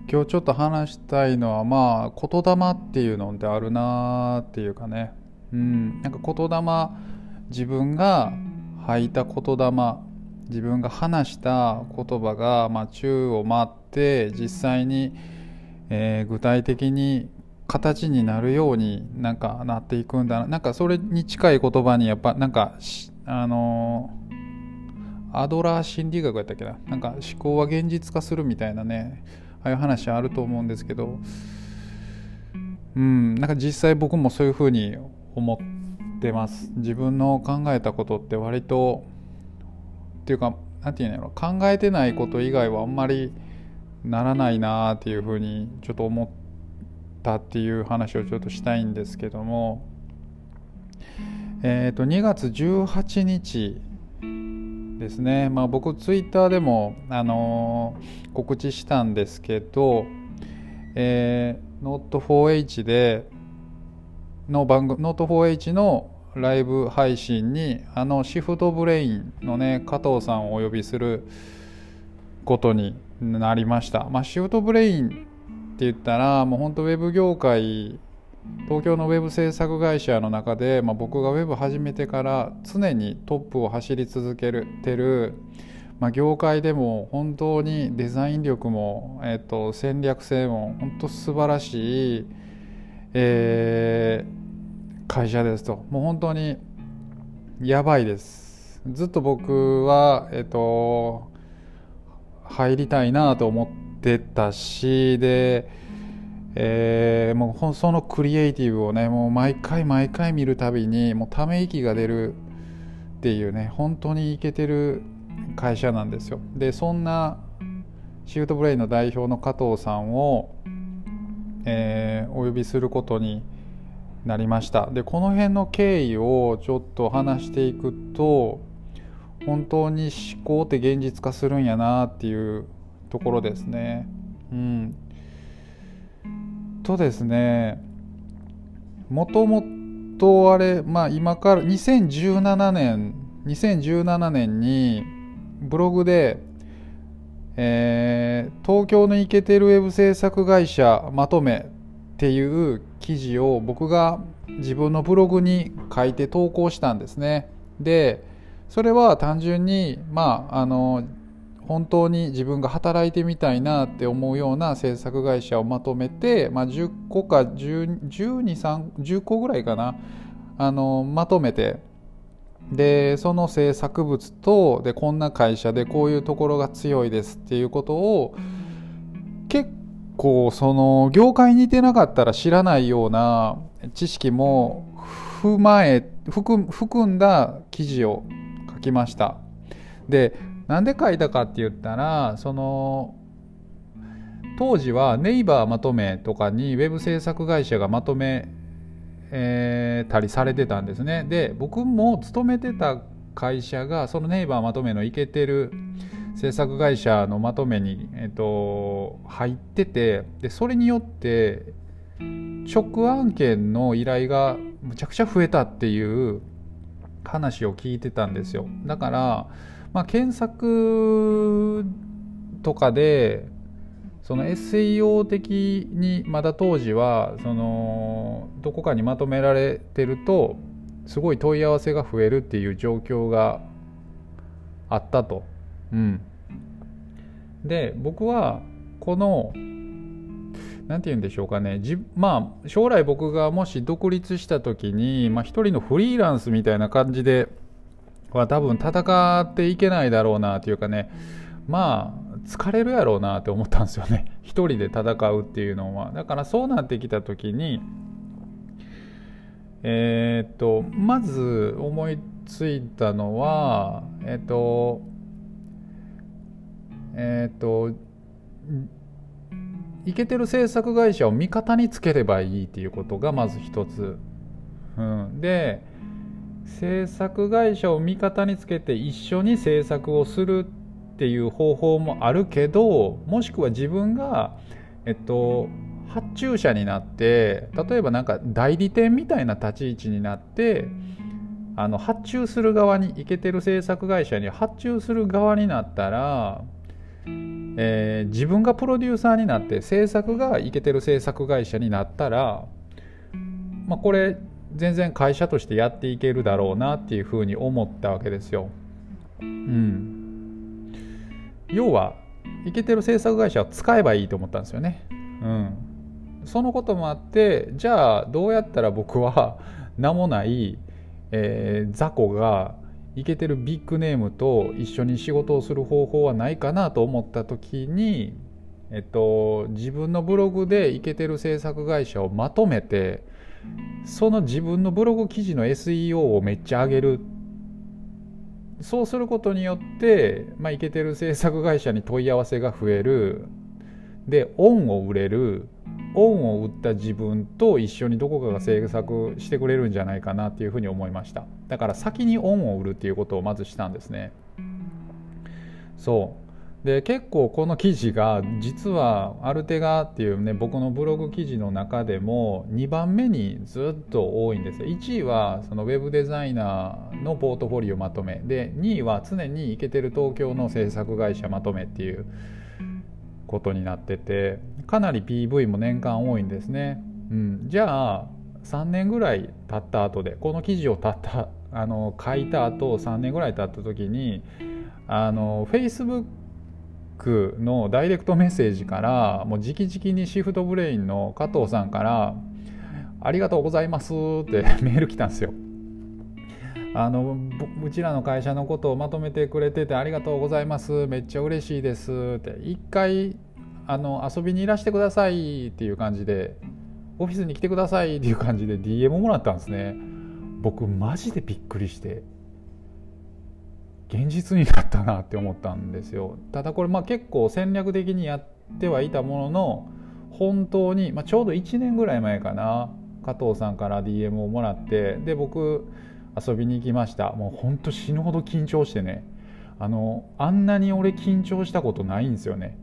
今日ちょっと話したいのは言霊っていうのってあるなーっていうかね。なんか言霊、自分が吐いた言霊、自分が話した言葉が宙を舞って実際に、具体的に形になるようになっていくんだな。なんかそれに近い言葉にやっぱアドラー心理学やったっけな、なんか思考は現実化するみたいなね、ああいう話あると思うんですけど、なんか実際僕もそういうふうに思ってます。自分の考えたことって割とっていうか、なんていうんやろ、考えてないこと以外はあんまりならないなっていうふうにちょっと思ったっていう話をちょっとしたいんですけども、2月18日ですね。僕ツイッターでも、告知したんですけど、Not4H での番組 Not4H のライブ配信にシフトブレインのね加藤さんをお呼びすることになりました。シフトブレインって言ったらもう本当ウェブ業界、東京のウェブ制作会社の中で、僕がウェブ始めてから常にトップを走り続けてる、業界でも本当にデザイン力も、戦略性も本当素晴らしい、会社ですと。もう本当にやばいです。ずっと僕は、入りたいなと思ってたし、でもうそのクリエイティブをね、もう毎回毎回見るたびにもうため息が出るっていうね、本当にイケてる会社なんですよ。でそんなシフトブレインの代表の加藤さんを、お呼びすることになりました。でこの辺の経緯をちょっと話していくと、本当に思考って現実化するんやなっていうところですね。ですね、もともとあれ、今から2017年にブログで、東京のイケてるウェブ制作会社まとめっていう記事を僕が自分のブログに書いて投稿したんですね。でそれは単純に本当に自分が働いてみたいなって思うような制作会社をまとめて、10個か10個ぐらいかな、まとめて、でその制作物とでこんな会社でこういうところが強いですっていうことを結構その業界にいてなかったら知らないような知識も含んだ記事を書きました。でなんで書いたかって言ったら、その当時はネイバーまとめとかにウェブ制作会社がまとめ、たりされてたんですね。で僕も勤めてた会社がそのネイバーまとめのイケてる制作会社のまとめに、入ってて、でそれによって直案件の依頼がむちゃくちゃ増えたっていう話を聞いてたんですよ。だから検索とかでその SEO 的にまだ当時はそのどこかにまとめられてるとすごい問い合わせが増えるっていう状況があったと。で僕はこのなんて言うんでしょうかね、将来僕がもし独立した時に、一人のフリーランスみたいな感じでは多分戦っていけないだろうなというかね、疲れるやろうなって思ったんですよね。一人で戦うっていうのは。だからそうなってきた時に、まず思いついたのは、イケてる制作会社を味方につければいいっていうことがまず一つ。で制作会社を味方につけて一緒に制作をするっていう方法もあるけど、もしくは自分が、発注者になって、例えば代理店みたいな立ち位置になって発注する側に、イケてる制作会社に発注する側になったら自分がプロデューサーになって制作がイケてる制作会社になったら、これ全然会社としてやっていけるだろうなっていうふうに思ったわけですよ。要はイケてる制作会社を使えばいいと思ったんですよね。そのこともあって、じゃあどうやったら僕は名もない、雑魚がイケてるビッグネームと一緒に仕事をする方法はないかなと思った時に、自分のブログでイケてる制作会社をまとめて、その自分のブログ記事の SEO をめっちゃ上げる。そうすることによって、イケてる制作会社に問い合わせが増える。で、恩を売れる。恩を売った自分と一緒にどこかが制作してくれるんじゃないかなっていうふうに思いました。だから先に恩を売るっていうことをまずしたんですね。そうで、結構この記事が実はアルテガっていうね、僕のブログ記事の中でも2番目にずっと多いんですよ。1位はそのウェブデザイナーのポートフォリオまとめで、2位は常にイケてる東京の制作会社まとめっていうことになってて、かなり PV も年間多いんですね。じゃあ3年ぐらい経った後で、この記事を書いた後3年ぐらい経った時にFacebook のダイレクトメッセージからもう直々にシフトブレインの加藤さんからありがとうございますってメール来たんですよ。うちらの会社のことをまとめてくれててありがとうございます、めっちゃ嬉しいですって、一回遊びにいらしてくださいっていう感じで、オフィスに来てくださいっていう感じで DM もらったんですね。僕マジでびっくりして現実になったなって思ったんですよ。ただこれ結構戦略的にやってはいたものの、本当に、ちょうど1年ぐらい前かな、加藤さんから DM をもらって、で僕遊びに行きました。もう本当死ぬほど緊張してね、あんなに俺緊張したことないんですよね。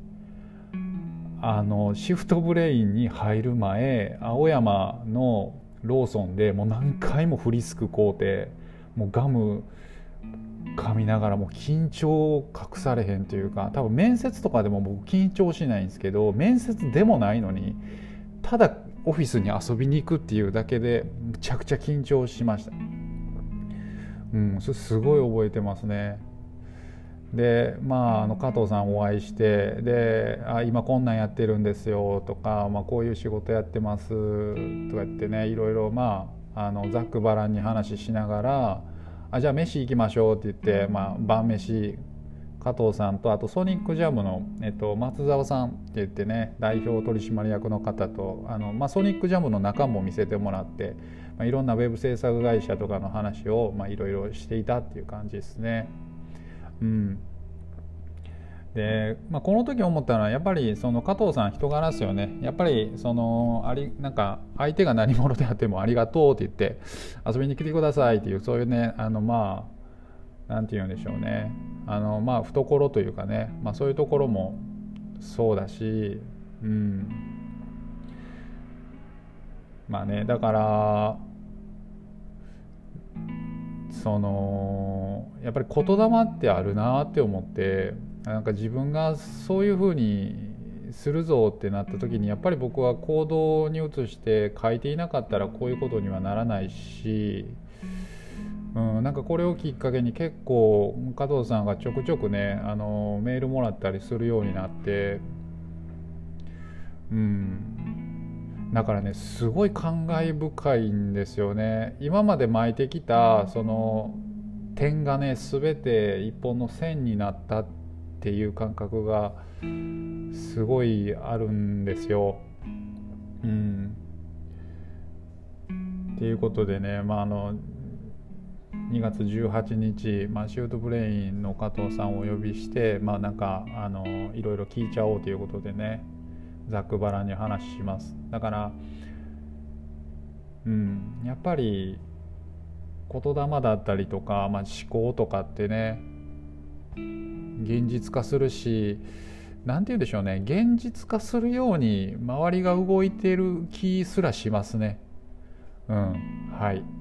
シフトブレインに入る前、青山のローソンでもう何回もフリスク買うて、もうガム噛みながらもう緊張隠されへんというか、多分面接とかでも僕緊張しないんですけど、面接でもないのにただオフィスに遊びに行くっていうだけでむちゃくちゃ緊張しました。それすごい覚えてますね。で加藤さんお会いして、で今こんなんやってるんですよとか、こういう仕事やってますとか言ってね、いろいろざっくばらんに話しながら、じゃあ飯行きましょうって言って、晩飯加藤さんと、あとソニックジャムの、松沢さんって言ってね、代表取締役の方とソニックジャムの中も見せてもらって、いろんなウェブ制作会社とかの話をいろいろしていたっていう感じですね。でこの時思ったのは、やっぱりその加藤さん人柄ですよね。やっぱりなんか相手が何者であってもありがとうって言って遊びに来てくださいっていう、そういうねなんて言うんでしょうね、懐というかね、そういうところもそうだし、だからやっぱり言霊ってあるなって思って、なんか自分がそういう風にするぞってなった時に、やっぱり僕は行動に移して書いていなかったらこういうことにはならないし、なんかこれをきっかけに結構加藤さんがちょくちょくねメールもらったりするようになって、だからねすごい感慨深いんですよね。今まで巻いてきたその点がね全て一本の線になったっていう感覚がすごいあるんですよ。っていうことでね、2月18日、シュートブレインの加藤さんをお呼びして、なんかいろいろ聞いちゃおうということでね、ざっくばらんに話します。だからやっぱり言霊だったりとか、思考とかってね現実化するし、なんて言うんでしょうね、現実化するように周りが動いている気すらしますね。はい。